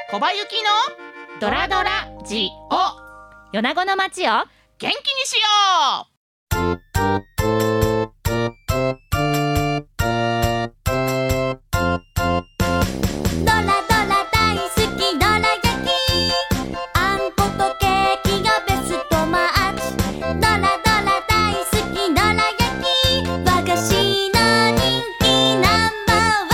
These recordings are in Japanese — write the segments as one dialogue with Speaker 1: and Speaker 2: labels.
Speaker 1: 小葉ゆきのドラドラジオ。
Speaker 2: 米子の街を
Speaker 1: 元気にしよう。
Speaker 3: ドラドラ大好きドラ焼き、あんことケーキがベストマッチ。ドラドラ大好きドラ焼き、和菓子の人気ナンバ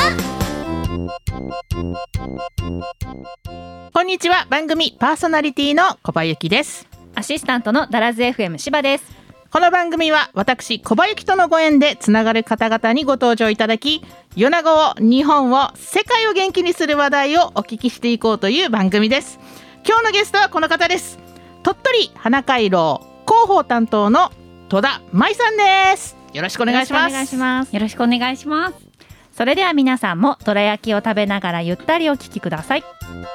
Speaker 3: ーワン。
Speaker 1: こんにちは。番組パーソナリティの小葉ゆきです。
Speaker 2: アシスタントのダラズ FM 柴です。
Speaker 1: この番組は私小葉ゆきとのご縁でつながる方々にご登場いただき、米子を、日本を、世界を元気にする話題をお聞きしていこうという番組です。今日のゲストはこの方です。鳥取花回廊広報担当の戸田舞さんです。よろしくお願いします。
Speaker 2: よろしくお願いします。それでは皆さんもどら焼きを食べながらゆったりお聞きください。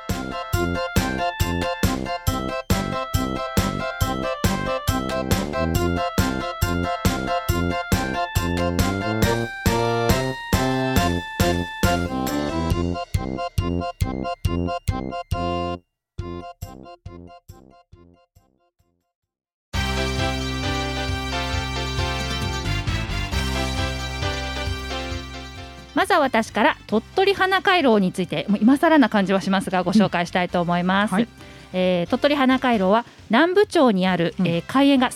Speaker 2: まずは私から鳥取花回廊について、もう今更な感じはしますがご紹介したいと思います。
Speaker 1: はい。
Speaker 2: 鳥取花回廊は南部町にある、開園が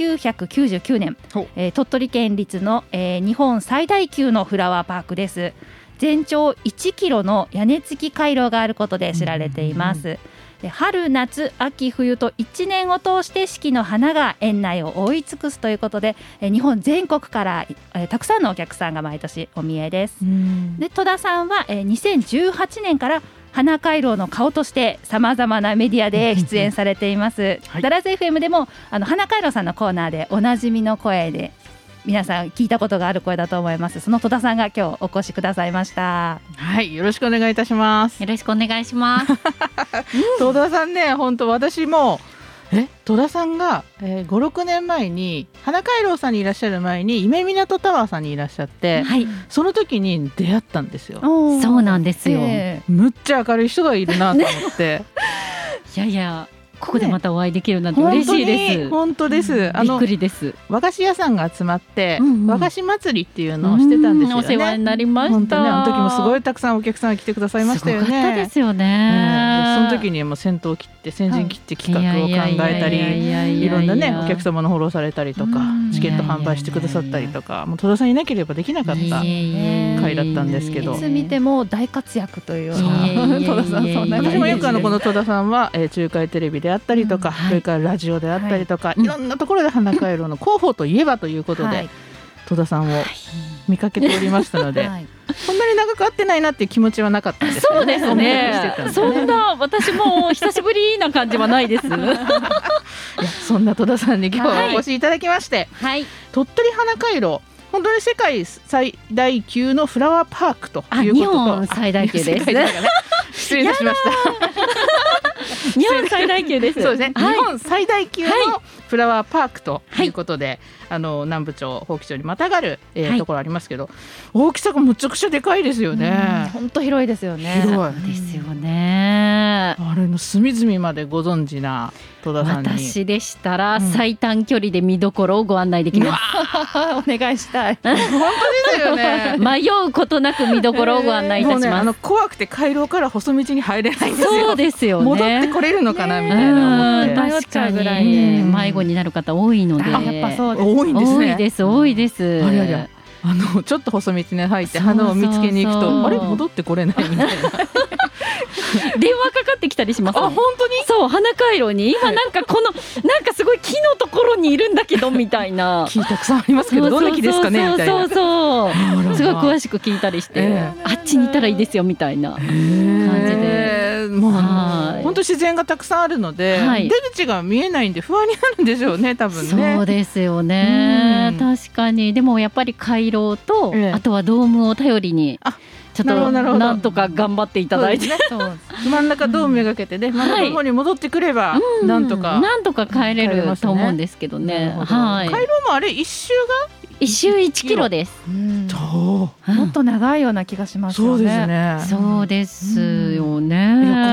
Speaker 2: 1999年、鳥取県立の、日本最大級のフラワーパークです。全長1キロの屋根付き回廊があることで知られています。で、春夏秋冬と1年を通して四季の花が園内を覆い尽くすということで、日本全国から、たくさんのお客さんが毎年お見えです。で、戸田さんは、2018年から花回廊の顔としてさまざまなメディアで出演されています、はい、ダラズ FM でも花回廊さんのコーナーでおなじみの声で皆さん聞いたことがある声だと思います。その戸田さんが今日お越しくださいました。
Speaker 1: はい、よろしくお願いいたします。
Speaker 2: よろしくお願いします
Speaker 1: 戸田さんね、本当私も戸田さんが、5、6年前に花回廊さんにいらっしゃる前に夢港タワーさんにいらっしゃって、はい、その時に出会ったんですよ。
Speaker 2: そうなんですよ、
Speaker 1: むっちゃ明るい人がいるなと思って
Speaker 2: いやいや、ここでまたお会いできるなんて嬉しいです。
Speaker 1: 本当です。
Speaker 2: びっくりです。
Speaker 1: 和菓子屋さんが集まって、和菓子祭りっていうのをしてたんですよね。
Speaker 2: お世話になりました。
Speaker 1: 本当ね、あの時もすごいたくさんお客さんが来てくださいましたよね。
Speaker 2: すごかったですよね。
Speaker 1: その時にもう先陣切って企画を考えたり、いろんなねお客様のフォローされたりとか、チケット販売してくださったりとか、もう戸田さんいなければできなかった会だったんですけど、
Speaker 2: いつ見ても大活躍というような
Speaker 1: 戸田さん、そんな私もよくこの戸田さんは、中海テレビであったりとか、それからラジオであったりとか、いろんなところで花回廊の広報といえばということで、戸田さんを見かけておりましたので、そんなに長く会ってないなっていう気持ちはなかったんですけど、
Speaker 2: そうですね。そんな私も久しぶりな感じはないですいや、
Speaker 1: そんな戸田さんに今日はお越しいただきまして、鳥取花回廊、本当に世界最大級のフラワーパークということと、
Speaker 2: 日本最大級です。
Speaker 1: 失礼いたしました
Speaker 2: 日本最大級です。
Speaker 1: そうですね、日本最大級のフラワーパークということで、南部町宝吉町にまたがる、ところありますけど、大きさがむちゃくちゃでかいですよね。
Speaker 2: 本当広いですよね。
Speaker 1: 広い
Speaker 2: ですよね。
Speaker 1: あれの隅々までご存知な戸田さんに、
Speaker 2: 私でしたら最短距離で見どころをご案内できます、お願いしたい。
Speaker 1: 本当ですよね
Speaker 2: 迷うことなく見どころをご案内いたします、
Speaker 1: 怖くて回廊から細道に入れないんですよ。
Speaker 2: そうですよね。
Speaker 1: 戻ってこれるのかなみたいな思って、
Speaker 2: 迷っちゃうぐらい迷子になる方多いので、
Speaker 1: やっぱそうです、多いんですね。
Speaker 2: 多いです。
Speaker 1: あれちょっと細道に入って花を見つけに行くと、あれ戻ってこれないみたいな
Speaker 2: 電話かかってきたりします、ね。
Speaker 1: あ、本当に？
Speaker 2: そう、花回廊に今なんかなんかすごい木のところにいるんだけどみたいな
Speaker 1: 木たくさんありますけど、どんな木ですかねみたいな、すご
Speaker 2: い詳しく聞いたりして、あっちにいたらいいですよみたいな感じで、
Speaker 1: もう本当自然がたくさんあるので、出口が見えないんで不安になるんでしょうね、多分ね。
Speaker 2: そうですよね、確かに。でもやっぱり回廊と、あとはドームを頼りにちょっとなんとか頑張っていただいて、
Speaker 1: 真ん中ドームめがけてね、真ん中の方に戻ってくればなんとか
Speaker 2: 帰れると思うんですけどね。
Speaker 1: 回廊もあれ一周が
Speaker 2: 1周1キロです。
Speaker 4: もっと長いような気がしますよね。
Speaker 1: そうですね。
Speaker 2: そうですよね。
Speaker 1: 目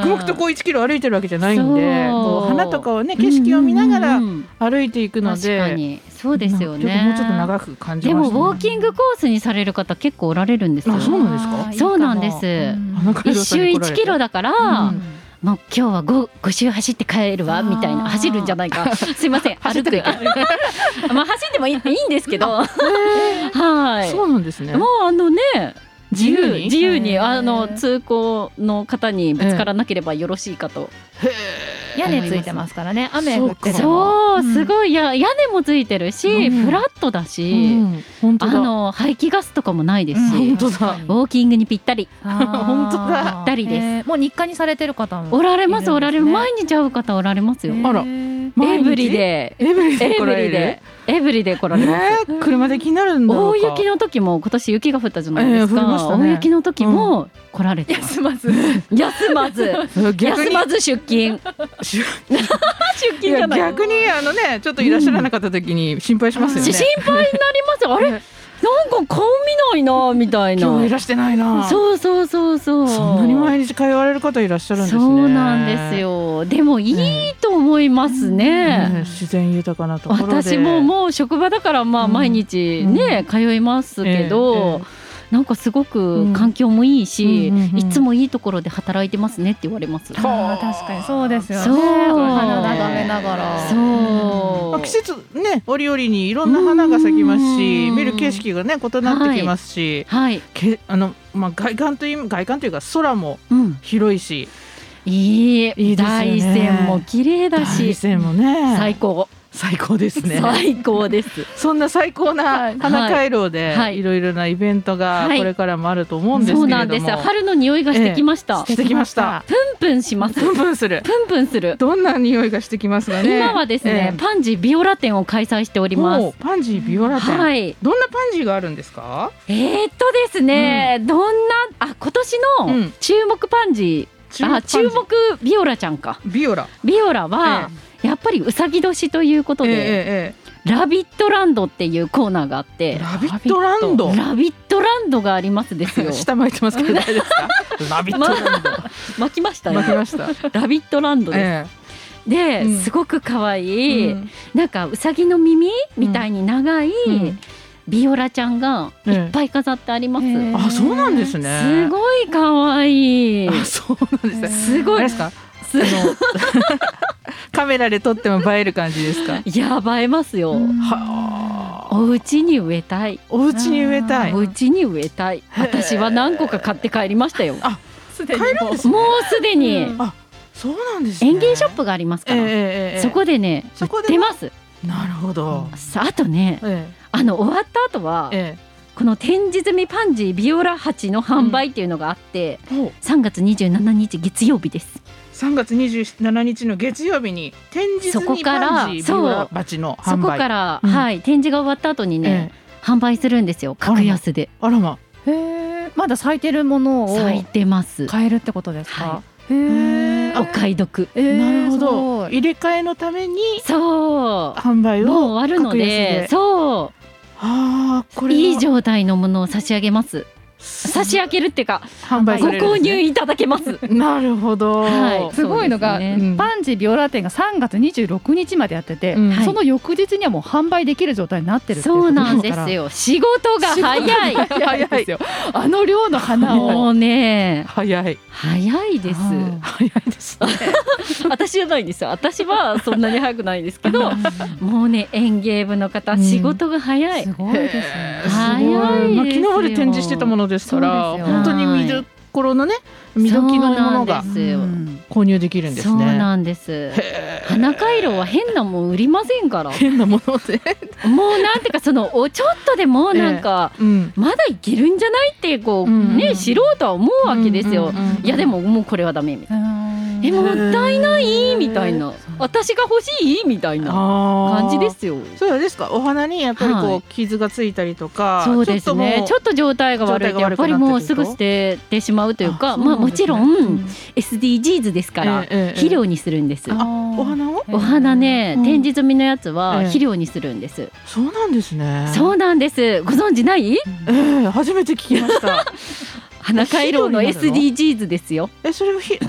Speaker 1: 黙々とこう1キロ歩いてるわけじゃないんで、
Speaker 2: そう
Speaker 1: こう花とかをね景色を見ながら歩いていくので、
Speaker 2: 確かにそうですよね。
Speaker 1: もうちょっと長く感じました、ね。
Speaker 2: でもウォーキングコースにされる方結構おられるんですよ。
Speaker 1: あ、そうなんですか。
Speaker 2: そうなんです。1周1キロだから、もう今日は 5周走って帰るわみたいな。走るんじゃないかすいません歩くまあ走ってもいいんですけどはい、そうなんですね。もうね自由に通行の方にぶつからなければよろしいかと。
Speaker 4: 屋根ついてますからね。雨降ってても
Speaker 2: そうすごい屋根もついてるし、フラットだし、排気ガスとかもないですし、ウォーキングにぴったり。
Speaker 1: 本当だ、
Speaker 2: ぴったりです。
Speaker 4: もう日課にされてる方も
Speaker 2: おられます。毎日会う方おられますよ。
Speaker 1: あら、
Speaker 2: エブリデイ来られます。
Speaker 1: 車で気になるんだろうか。
Speaker 2: 大雪の時も今年雪が降ったじゃないですか。大雪の時も来られて
Speaker 4: 休まず
Speaker 2: 出勤じゃない。
Speaker 1: 逆にちょっといらっしゃらなかった時に心配しますよね。
Speaker 2: 心配になります。あれなんか顔見ないなみたいな。
Speaker 1: 今日いらしてないな。
Speaker 2: そうそ
Speaker 1: んなに毎日通われる方いらっしゃるんですね。
Speaker 2: そうなんですよ。でもいいと思いますね。
Speaker 1: 自然豊かなところで。
Speaker 2: 私もう職場だから毎日ね通いますけど、なんかすごく環境もいいし、いつもいいところで働いてますねって言われます。
Speaker 4: 確かにそうですよね。花眺めながら。
Speaker 1: 季節ね折々にいろんな花が咲きますし、見る景色がね異なってきますし、外観というか空も広いし、
Speaker 2: いい大山も綺麗だし、
Speaker 1: 大山もね
Speaker 2: 最高ですね。
Speaker 1: 最高です。そんな最高な花回廊でいろいろなイベントがこれからもあると思うんですけれども、
Speaker 2: そうなんです。春の匂いがしてきました。
Speaker 1: してきました。
Speaker 2: プンプンします。
Speaker 1: プンプンする。どんな匂いがしてきますかね。
Speaker 2: 今はですね、パンジービオラ展を開催しております。
Speaker 1: パンジービオラ展。はい。どんなパンジーがあるんですか。
Speaker 2: ですね、どんな今年の注目パンジー、注目ビオラちゃんか。ビオラは。やっぱりうさぎ年ということで、ラビットランドっていうコーナーがあって、
Speaker 1: ラビットラ
Speaker 2: ンドがありますですよ。
Speaker 1: 下巻いてますけど大丈夫ですか。ラビットランド
Speaker 2: 巻きましたラビットランドです。で、すごく可愛い、なんかうさぎの耳みたいに長いビオラちゃんがいっぱい飾ってあります。
Speaker 1: あ、そうなんですね。
Speaker 2: すごい可愛い。
Speaker 1: そうなんですね。
Speaker 2: すごい
Speaker 1: ですか。カメラで撮っても映える感じですか。
Speaker 2: いや、映えますよ。お家に植えたい。
Speaker 1: お家に植えたい。
Speaker 2: 私は何個か買って帰りましたよ。
Speaker 1: すでにもうす
Speaker 2: でに。
Speaker 1: そうなんですね。
Speaker 2: 園芸ショップがありますから、そこでね売ってます。
Speaker 1: なるほど。
Speaker 2: あとね、終わった後はこの展示済みパンジービオラ鉢の販売っていうのがあって、3月27日月曜日です。
Speaker 1: 3月27日の月曜日に展示済みパンジービオラ鉢の販売。
Speaker 2: そこから、展示が終わった後にね、販売するんですよ。格安で。
Speaker 1: あらま。
Speaker 4: まだ咲いてるものを
Speaker 2: 咲いてます。
Speaker 4: 買えるってことですか。
Speaker 2: お買い得。
Speaker 1: なるほど。入れ替えのために販売を
Speaker 2: もう終わるので、これいい状態のものを差し上げます。差し上げるっていうか
Speaker 1: 販売される
Speaker 2: ご購入いただけます。
Speaker 1: なるほど。
Speaker 4: すごいのがパンジービオラ展が3月26日までやってて、その翌日にはもう販売できる状態になってるっていうことですから。
Speaker 2: そうなんですよ。仕事が早い。
Speaker 4: 早いですよ。あの量の花を
Speaker 2: もうね、
Speaker 1: 早いです。
Speaker 2: 早いですね。私じゃないんですよ。私はそんなに早くないですけど、もうね、園芸部の方仕事が早い。
Speaker 4: すごいですね。
Speaker 2: 早いですよ。
Speaker 1: 昨日まで展示してたものですから、本当に見どころのね、見どきのものが購入できるんですね。
Speaker 2: そうなんです。花回廊は変なもん売りませんから。
Speaker 1: 変なもので
Speaker 2: もうなんていうか、ちょっとでもなんかまだいけるんじゃないってこうね、素人は思うわけですよ。いやでももうこれはダメみたいな。もったいないみたいな、私が欲しいみたいな感じですよ。
Speaker 1: そうですか。お花にやっぱりこう傷がついたりとか、
Speaker 2: そうですね、ちょっと状態が悪いとやっぱりもうすぐ捨ててしまうというか、もちろん SDGs ですから肥料にするんです。お花ね、展示済みのやつは肥料にするんです。
Speaker 1: そうなんですね。
Speaker 2: そうなんです。ご存知ない？
Speaker 1: 初めて聞きました。
Speaker 2: 花回廊の SDGs ですよ。
Speaker 1: それを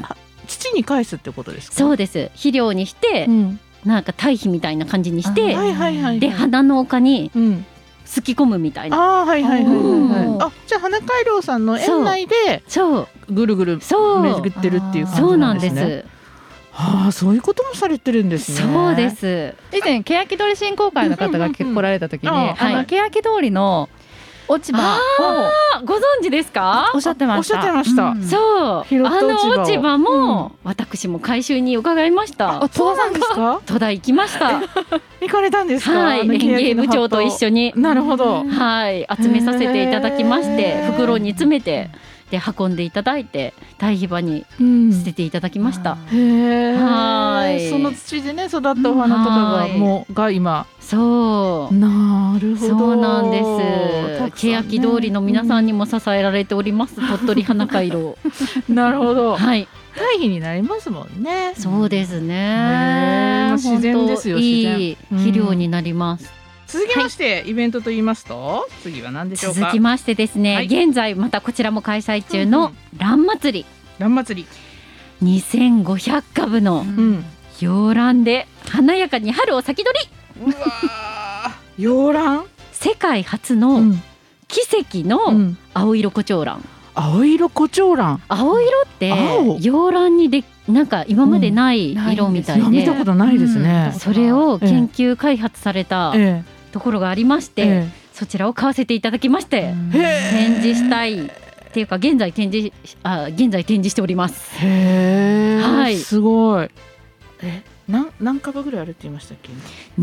Speaker 1: 土に返すってことですか？
Speaker 5: そうです。肥料にして、なんか堆肥みたいな感じにして、で花の丘にすき込むみたいな。
Speaker 1: あ、じゃあ花回廊さんの園内でぐるぐる巡ってるっていう感じなんですね。そうなんです。そういうこともされてるんですね。
Speaker 5: そうです。
Speaker 4: 以前欅通り振興会の方が来られた時に、欅通りの落ち葉を
Speaker 5: ご存知ですか？
Speaker 4: おっしゃってました。
Speaker 5: そう、落ち葉も私も回収に伺いました。
Speaker 1: そうなんですか？
Speaker 5: 戸田行きました。
Speaker 1: 行かれたんですか？
Speaker 5: はい、園芸部長と一緒に。
Speaker 1: なるほど。
Speaker 5: はい、集めさせていただきまして、袋に詰めてで運んでいただいて堆肥場に捨てていただきました。
Speaker 1: はい。その土でね育ったお花とかが今。
Speaker 5: そう。
Speaker 1: なるほど。
Speaker 5: そうなんです。欅通りの皆さんにも支えられております。鳥取花回廊。
Speaker 1: なるほど。
Speaker 5: はい。
Speaker 1: 堆肥になりますもんね。
Speaker 5: そうですね。
Speaker 1: 自然ですよ。
Speaker 5: いい肥料になります。
Speaker 1: 続きまして、イベントと言いますと次は何でしょうか？
Speaker 5: 続きましてですね、現在またこちらも開催中の蘭祭り。
Speaker 1: 蘭祭
Speaker 5: り。2500株の洋蘭で華やかに春を先取り。
Speaker 1: うわ洋蘭、
Speaker 5: 世界初の奇跡の青色胡蝶蘭。
Speaker 1: 青色胡蝶蘭。
Speaker 5: 青色って洋蘭になんか今までない色みたいで、
Speaker 1: 見たことないですね。
Speaker 5: それを研究開発されたところがありまして、そちらを買わせていただきまして、展示したいっていうか現在展示しております。
Speaker 1: はい、すごい。何株ぐらいあるって言いましたっけ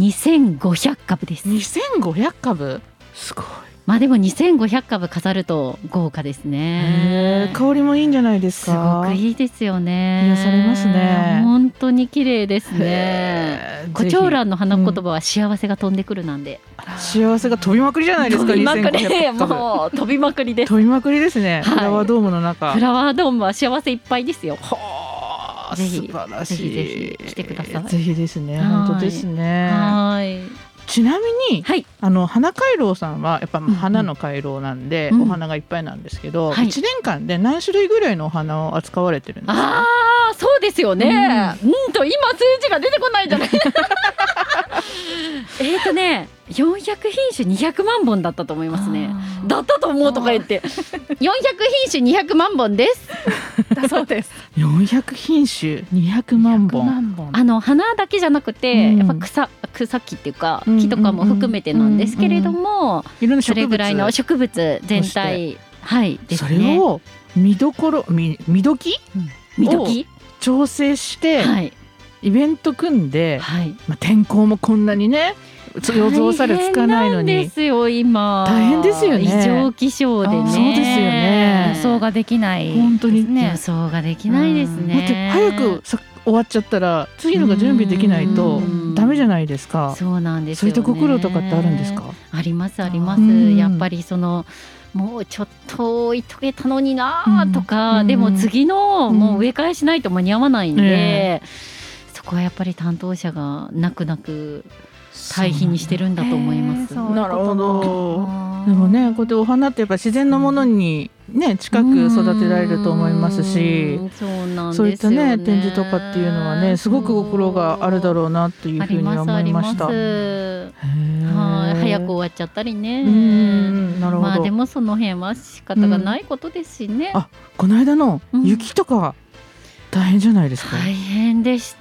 Speaker 5: ？2500株です。
Speaker 1: 2500株、すごい。
Speaker 5: まあでも2500株飾ると豪華ですね。
Speaker 1: 香りもいいんじゃないですか？
Speaker 5: すごくいいですよね。
Speaker 1: 癒されますね。
Speaker 5: 本当に綺麗ですね。胡蝶蘭の花言葉は幸せが飛んでくるなんで、
Speaker 1: 幸せが飛びまくりじゃないですか。
Speaker 5: 飛びまくり、もう飛びまくりです。
Speaker 1: 飛びまくりですね。フラワードームの中。
Speaker 5: フラワードームは幸せいっぱいですよ。
Speaker 1: ぜひ素晴らしい。
Speaker 5: ぜひ来てください。
Speaker 1: ぜひですね。本当ですね。
Speaker 5: はい。
Speaker 1: ちなみに、花回廊さんはやっぱ花の回廊なんで、お花がいっぱいなんですけど、1年間で何種類ぐらいのお花を扱われてるんですか？
Speaker 5: そうですよね。今数字が出てこないじゃない。400品種200万本だったと思いますね。だったと思うとか言って400品種200万本です
Speaker 4: だそうです。
Speaker 1: 400品種200万本。
Speaker 5: 花だけじゃなくて、やっぱ草木っていうか木とかも含めてなんですけれども、それぐらいの植物全体ですね。
Speaker 1: それを見どき調整して、イベント組んで、天候もこんなにね予想されつかないのに
Speaker 5: 大変ですよ。今
Speaker 1: 大変ですよね。
Speaker 5: 異常気象でね。
Speaker 1: そうですよね。
Speaker 4: 予想ができない。
Speaker 1: 本当に
Speaker 5: 予想ができないですね。
Speaker 1: 早く終わっちゃったら次のが準備できないとダメじゃないですか。
Speaker 5: そうなんですよね。
Speaker 1: そういったご苦労とかってあるんですか？
Speaker 5: ありますあります。やっぱりもうちょっと置いとけたのになとか、でも次のもう植え替えしないと間に合わないんで、そこはやっぱり担当者が泣く泣く堆肥にしてるんだと思います。
Speaker 1: なるほど。でもね、こうやってお花ってやっぱ自然のものにね近く育てられると思いますし、そういったね展示とかっていうのはねすごくご苦労があるだろうなっていうふうには思いました。
Speaker 5: 早く終わっちゃったりね。
Speaker 1: なるほど。
Speaker 5: まあでもその辺は仕方がないことですしね。
Speaker 1: この間の雪とか大変じゃないですか？
Speaker 5: 大変でした。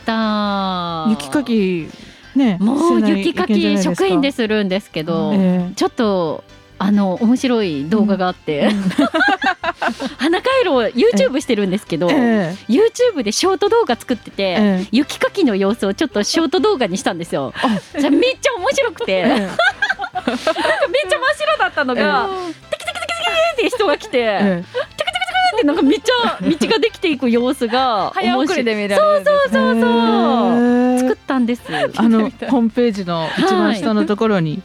Speaker 1: 雪かきね、
Speaker 5: もう雪かき職員でするんですけど、ちょっと面白い動画があって、花回廊 YouTube してるんですけど、YouTube でショート動画作ってて、雪かきの様子をちょっとショート動画にしたんですよ。めっちゃ面白くて、なんかめっちゃ真っ白だったのが、テキテキテキテキって人が来て、なんかめっちゃ道ができていく様子が
Speaker 4: 早送りで見られるんです。
Speaker 5: そう作ったんです。
Speaker 1: ホームページの一番下のところに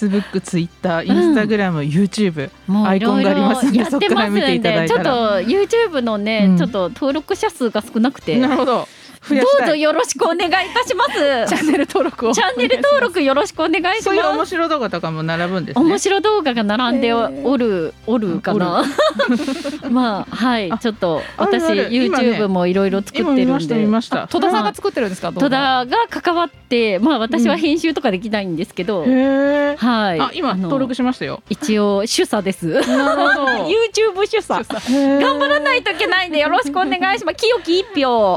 Speaker 1: Facebook、Twitter、Instagram、YouTube アイコンがありますので、そこから見ていただいたら。
Speaker 5: ちょっと YouTube のね、ちょっと登録者数が少なくて。
Speaker 1: なるほど。
Speaker 5: どうぞよろしくお願いいたします。
Speaker 4: チャンネル登録
Speaker 5: よろしくお願いします。
Speaker 1: そういう面白動画とかも並ぶんですね。
Speaker 5: 面白動画が並んでおるかな。まあはい、ちょっと私 YouTube もいろいろ作ってるんで。
Speaker 4: 戸田さんが作ってるんですか？
Speaker 5: 戸田が関わって、まあ私は編集とかできないんですけど、はい。
Speaker 1: 今登録しましたよ。
Speaker 5: 一応主査です。
Speaker 1: なるほど。
Speaker 5: YouTube 主査。頑張らないといけないんでよろしくお願いします。清き一票。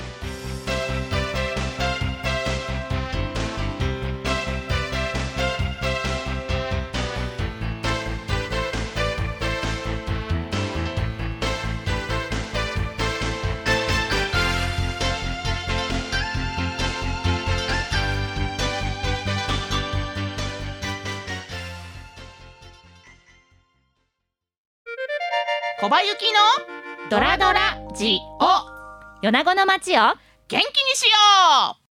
Speaker 1: 小葉ゆきのドラドラジオ、
Speaker 2: 米子の街を
Speaker 1: 元気にしよう。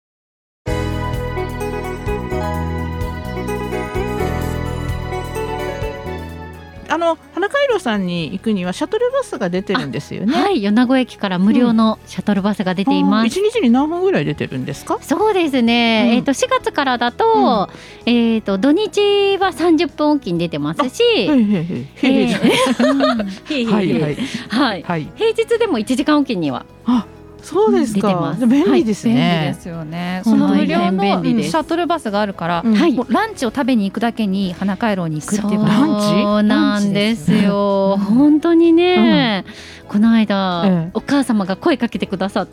Speaker 1: 花回路さんに行くにはシャトルバスが出てるんですよね。
Speaker 5: はい、米子駅から無料のシャトルバスが出ています。
Speaker 1: 1日に何本ぐらい出てるんですか？
Speaker 5: そうですね、4月からだと、土日は30分おきに出てますし、平日でも1時間おきには
Speaker 1: そうですか。便利ですね。
Speaker 4: 便利ですよね。その無料のシャトルバスがあるから、もうランチを食べに行くだけに花回廊に行くっていう。
Speaker 5: そうなんですよ。本当にね、この間、お母様が声かけてくださって、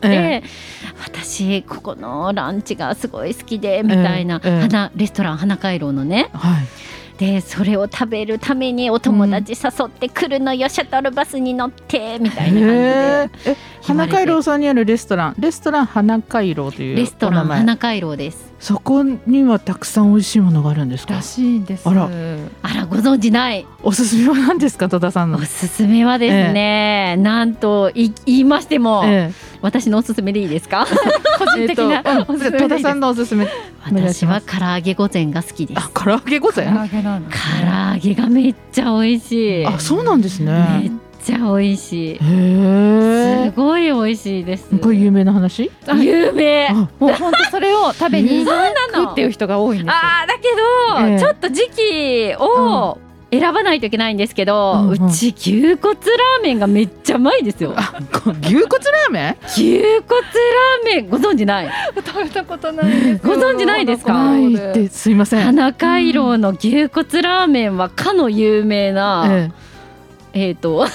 Speaker 5: 私ここのランチがすごい好きでみたいな、レストラン花回廊のね。でそれを食べるためにお友達誘ってくるのよ、シャトルバスに乗ってみたいな感じで。
Speaker 1: 花回廊さんにあるレストラン花回廊という
Speaker 5: レストラン花回廊です。
Speaker 1: そこにはたくさん美味しいものがあるんですか？
Speaker 4: らしいです。
Speaker 5: あらご存知ない。
Speaker 1: おすすめは何ですか？戸田さんの
Speaker 5: おすすめはですね、なんと言いましても、私のおすすめでいいですか？個人的な
Speaker 1: 戸田さんのおすすめ。
Speaker 5: 私は唐揚げ御膳が好きです。
Speaker 1: 唐揚げ御膳？
Speaker 5: 唐揚げがめっちゃ美味しい。
Speaker 1: そうなんですね。
Speaker 5: めっちゃ美味しい。すごい美味しいです。
Speaker 1: これ有名な話？
Speaker 5: 有名。
Speaker 4: もう本当それを食べに行くっていう人が多いんですよ。
Speaker 5: だけど、ちょっと時期を選ばないといけないんですけど、うち牛骨ラーメンがめっちゃうまいですよ。
Speaker 1: 牛骨ラーメン？
Speaker 5: 牛骨ラーメンご存知ない？
Speaker 4: 食べたことないです。
Speaker 5: ご存知ないですか？
Speaker 1: ないってすいません。
Speaker 5: 花回廊の牛骨ラーメンはかの有名な。この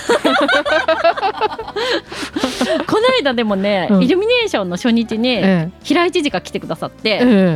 Speaker 5: 間でもね、イルミネーションの初日に平井知事が来てくださって、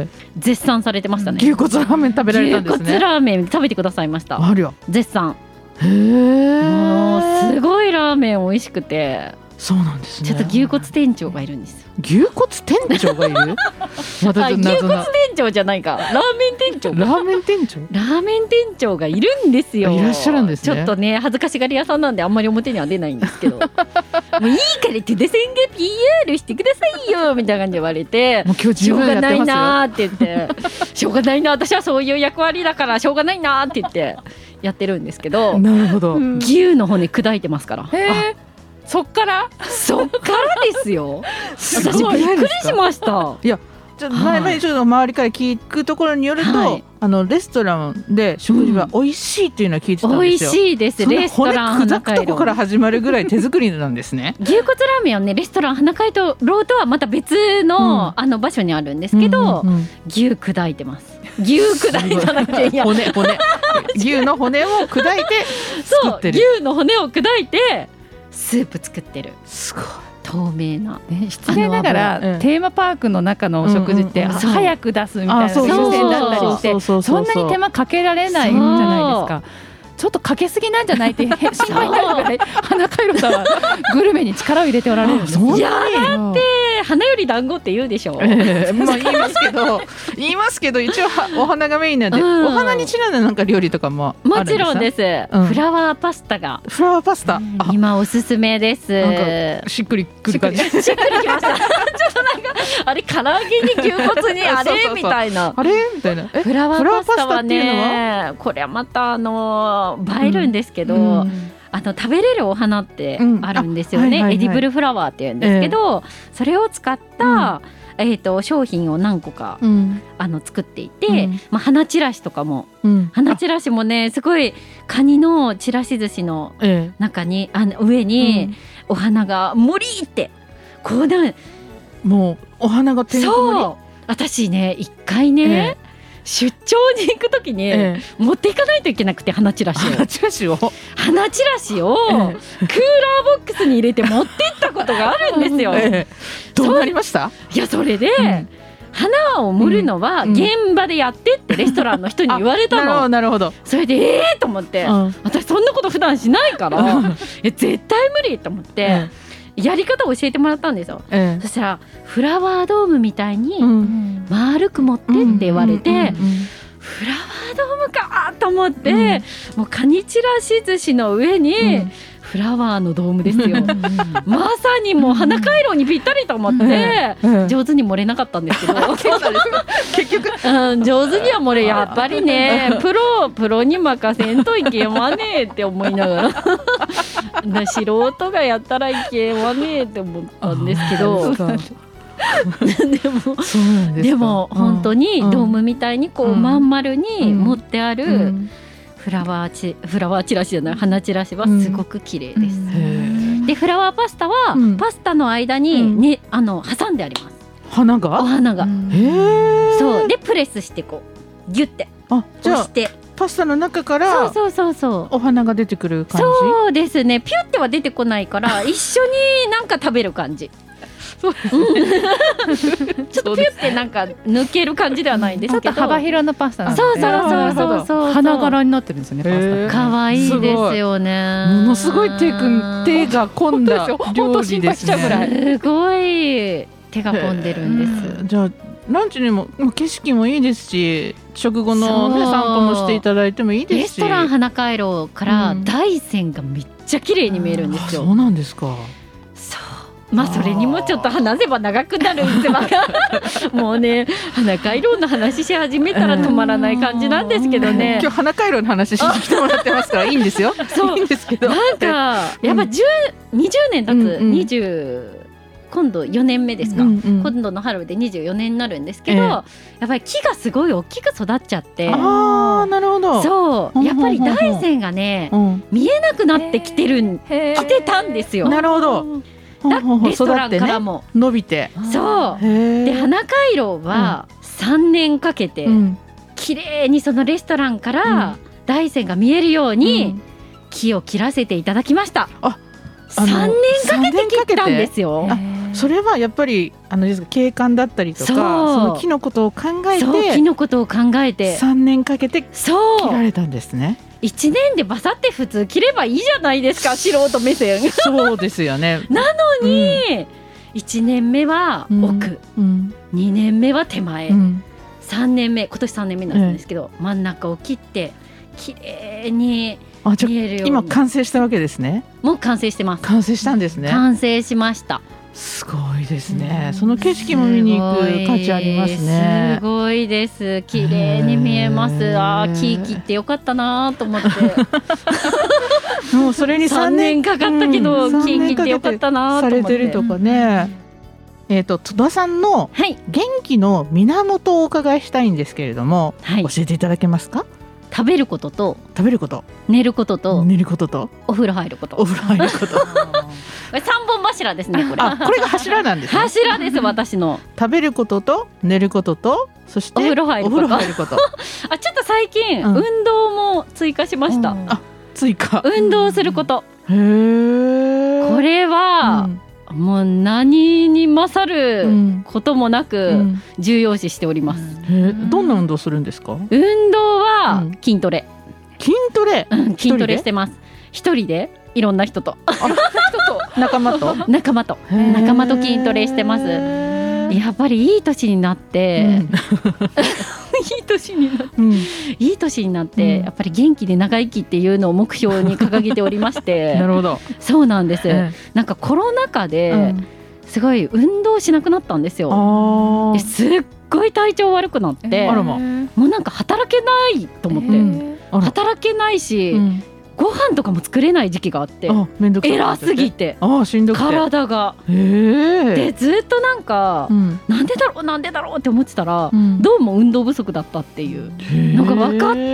Speaker 5: 絶賛されてましたね。
Speaker 1: 牛骨ラーメン食べられたんですね。
Speaker 5: 牛骨ラーメン食べてくださいました。絶賛。もうすごいラーメン美味しくて。
Speaker 1: そうなんですね。
Speaker 5: ちょっと牛骨店長がいるんですよ。
Speaker 1: 牛骨店長がいる？
Speaker 5: 牛骨店長じゃないか。ラーメン店長。
Speaker 1: ラーメン店
Speaker 5: 長がいるんですよ。
Speaker 1: いらっしゃるんですね。
Speaker 5: ちょっとね恥ずかしがり屋さんなんであんまり表には出ないんですけど、もういいから手で宣言 PR してくださいよみたいな感じで言われて、
Speaker 1: もう今日
Speaker 5: しょうがないなって言ってしょうがないな、私はそういう役割だからしょうがないなって言ってやってるんですけど。
Speaker 1: なるほど。
Speaker 5: 牛の骨砕いてますから。
Speaker 4: そっから
Speaker 5: ですよ。私びっくりしました。
Speaker 1: いや前ちょっと周りから聞くところによると、レストランで食事は美味しいっていうのは聞いてたんですよ。
Speaker 5: 美味しいです。レストラン
Speaker 1: 骨砕くとこから始まるぐらい手作りなんですね。
Speaker 5: 牛骨ラーメンはね、レストラン花回廊とはまた別の、場所にあるんですけど、牛砕いてます。牛砕いただけ。
Speaker 1: 骨牛の骨を砕いて作ってる。
Speaker 5: そう、牛の骨を砕いてスープ作ってる。
Speaker 1: すごい
Speaker 5: 透明な、
Speaker 4: 失礼ながらテーマパークの中のお食事って早く出すみたいなシステムだったりして、そんなに手間かけられないんじゃないですか。ちょっとかけすぎなんじゃないって心配になるぐらい花回廊さんはグルメに力を入れておられるんですよ。
Speaker 5: いやだって花より団子って言うでしょ。
Speaker 1: まあ言いますけど一応お花がメインなんで、お花にちなんだなんか料理とかもあるんですか？
Speaker 5: もちろんです。フラワーパスタが今おすすめです。
Speaker 1: なんかしっくりくる感じ。
Speaker 5: しっくりきました。ちょっとなんかあれ唐揚げに牛骨にあれみたいな。
Speaker 1: あれみたいな。
Speaker 5: フラワーパスタはね、これはまた映えるんですけど、 食べれるお花ってあるんですよね、エディブルフラワーっていうんですけど、それを使った、商品を何個か、作っていて、花チラシとかも、花チラシもねすごいカニのちらし寿司の中に、上にお花が盛りってこうね、
Speaker 1: もうお花がてんこ盛り。
Speaker 5: そう、私ね一回ね、出張に行くときに持っていかないといけなくて、花チラシをクーラーボックスに入れて持っていったことがあるんですよ。
Speaker 1: どうなりました？
Speaker 5: いや、それで、花を盛るのは現場でやってってレストランの人に言われたの。
Speaker 1: なるほど。
Speaker 5: それでと思って、私そんなこと普段しないから絶対無理と思って、やり方を教えてもらったんですよ。そしたらフラワードームみたいに丸く持ってって言われて、フラワードームかと思って、もうカニチラシ寿司の上にフラワーのドームですよ。まさにもう花回廊にぴったりと思って、上手に盛れなかったんですけど結局、上手には盛れ、やっぱりねプロに任せんといけまねえって思いながら素人がやったらいけまねえって思ったんですけどでも本当にドームみたいにこうまん丸に持ってあるフラワーチラシじゃない、花チラシはすごく綺麗です。でフラワーパスタは、パスタの間に、ね、挟んであります。お花がそうでプレスしてこうギュッて押して
Speaker 1: パスタの中からお花が出てくる感じ。
Speaker 5: そうですね、ピュッては出てこないから一緒になんか食べる感じ。そうですね、ちょっとピュッてなんか抜ける感じではないんですけど、
Speaker 4: ちょっと幅広のパスタなん
Speaker 5: ですね。そう
Speaker 4: 花柄になってるんですよね、パスタ。
Speaker 5: 可愛いですよね。
Speaker 1: ものすごい手が込んだ料理ですね。
Speaker 5: すごい手が込んでるんです。
Speaker 1: じゃあランチにも景色もいいですし、食後の、散歩もしていただいてもいいですし、
Speaker 5: レストラン花回廊から大山がめっちゃ綺麗に見えるんですよ。
Speaker 1: そうなんですか。
Speaker 5: それにもちょっと話せば長くなるんですがもうね、花回廊の話し始めたら止まらない感じなんですけどね。
Speaker 1: 今日花回廊の話してきてもらってますからいいんですよ。
Speaker 5: そういいんですけど、なんかやっぱ20年経つ、今度4年目ですか、今度の春で24年になるんですけど、やっぱり木がすごい大きく育っちゃって、
Speaker 1: なるほど。
Speaker 5: そうやっぱり大山がね、見えなくなってきてたんですよ。
Speaker 1: なるほど。
Speaker 5: レストランからも
Speaker 1: 伸びて、
Speaker 5: そうで花回廊は3年かけて綺麗にそのレストランから大山が見えるように木を切らせていただきました。3年かけて切ったんですよ。
Speaker 1: それはやっぱり景観だったりとか、その木のことを考えて、3年かけて切られたんですね。
Speaker 5: 1年でバサって普通切ればいいじゃないですか、素人目線。
Speaker 1: そうですよね。
Speaker 5: なのに、1年目は奥、2年目は手前、3年目、今年3年目なんですけど、真ん中を切って綺麗に見えるように。
Speaker 1: 今完成したわけですね。
Speaker 5: もう完成してます。
Speaker 1: 完成したんですね。
Speaker 5: 完成しました。
Speaker 1: すごいですね。その景色も見に行く価値ありますね。
Speaker 5: すごいです。綺麗に見えます。木切ってよかったなと思って
Speaker 1: もうそれに3年
Speaker 5: かかったけど、木切ってよかったなと思って
Speaker 1: されてるとかね。戸田さんの元気の源をお伺いしたいんですけれども、教えていただけますか？
Speaker 5: 食べることと
Speaker 1: 寝ることと
Speaker 5: お風呂入ることこれ3本柱ですね。これ
Speaker 1: が柱なんですね。
Speaker 5: 柱です。私の
Speaker 1: 食べることと寝ることと、そして
Speaker 5: お風呂入ることちょっと最近、運動も追加しました。運動すること。これは、もう何に勝ることもなく重要視しております。
Speaker 1: どんな運動するんですか？
Speaker 5: 運動は筋トレしてます。一人でいろんな人と
Speaker 1: 仲間と
Speaker 5: 筋トレしてます。やっぱりいい年になって、いい年になって、やっぱり元気で長生きっていうのを目標に掲げておりまして
Speaker 1: なるほど。
Speaker 5: そうなんです。なんかコロナ禍ですごい運動しなくなったんですよ。すっごい体調悪くなって、もうなんか働けないと思って、働けないし、 ご飯とかも作れない時期があって、
Speaker 1: めんどくさい
Speaker 5: 偉すぎて、
Speaker 1: しんどくて
Speaker 5: 体がでずっとなんか、なんでだろうって思ってたら、どうも運動不足だったっていうのが分かって、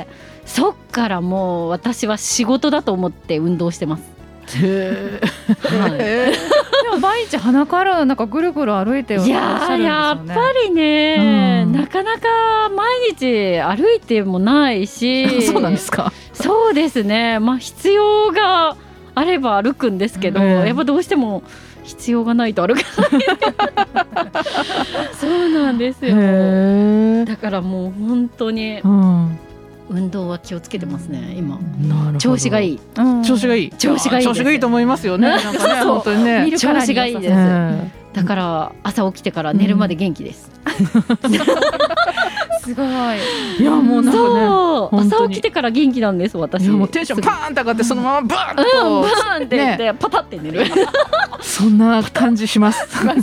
Speaker 5: そっからもう私は仕事だと思って運動してます。
Speaker 4: でも毎日鼻からなんかぐるぐる歩いてらっしゃるんですよね。
Speaker 5: やっぱりね、なかなか毎日歩いてもないし
Speaker 1: そうなんですか。
Speaker 5: そうですね、必要があれば歩くんですけど、やっぱどうしても必要がないと歩かないそうなんですよ。だからもう本当に、運動は気をつけてますね今。調子がいい、
Speaker 1: 調子がいいと思いますよね。なんかね本当にね
Speaker 5: 調子がいいです。だから朝起きてから寝るまで元気です。
Speaker 4: すごい。
Speaker 1: いやもうなんかね、
Speaker 5: 朝起きてから元気なんです私。
Speaker 1: いやもうテンションパーンと上がってそのままバーンと
Speaker 5: バーンって言ってパタって寝る。
Speaker 1: そんな感じします。
Speaker 5: 結構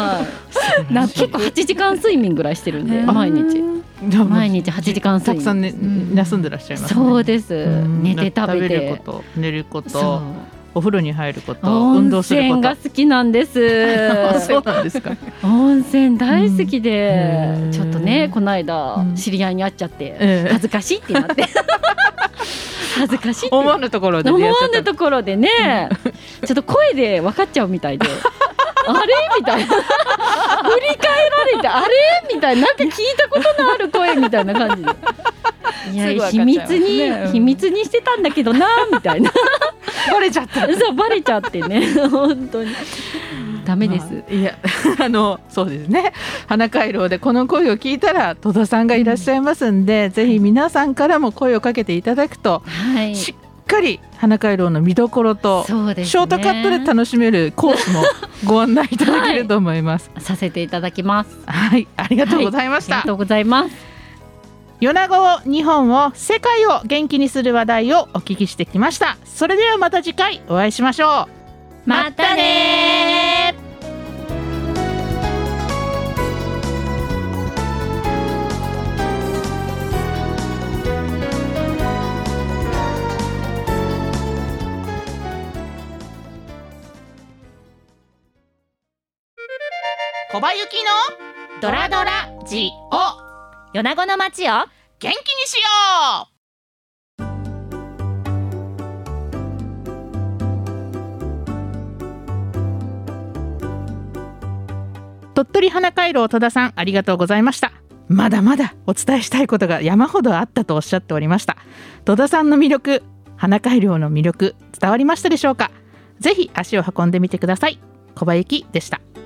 Speaker 5: 8時間睡眠ぐらいしてるんで毎日8時間睡眠。
Speaker 1: たくさん休んでらっしゃいますね。
Speaker 5: そうです。寝て食べて
Speaker 1: 寝ること、お風呂に入ること、
Speaker 5: 運動すること。温泉が好きなんです。
Speaker 1: そうなんですか。
Speaker 5: 温泉大好きで、ちょっとねこの間知り合いに会っちゃって恥ずかしいってなって恥ずかしいって
Speaker 1: 思わぬところで
Speaker 5: ねちょっと声で分かっちゃうみたいであれみたいな振り返られてあれみたいな、なんか聞いたことのある声みたいな感じでいや秘密にしてたんだけどなみたいな
Speaker 1: バレちゃった。
Speaker 5: そうバレちゃってね本当にダメです。
Speaker 1: いやそうですね、花回廊でこの声を聞いたら戸田さんがいらっしゃいますんで、ぜひ皆さんからも声をかけていただくと、しっかり花回廊の見どころと、ショートカットで楽しめるコースもご案内いただけると思います。
Speaker 5: させていただきます。
Speaker 1: はい、ありがとうございました。
Speaker 5: ありがとうございます。
Speaker 1: 米子日本を世界を元気にする話題をお聞きしてきました。それではまた次回お会いしましょう。
Speaker 5: またね。
Speaker 1: 小葉ゆきの
Speaker 5: ドラドラジオ。米子の街を
Speaker 1: 元気にしよう。鳥取花回廊戸田さん、ありがとうございました。まだまだお伝えしたいことが山ほどあったとおっしゃっておりました。戸田さんの魅力、花回廊の魅力伝わりましたでしょうか。ぜひ足を運んでみてください。小葉ゆきでした。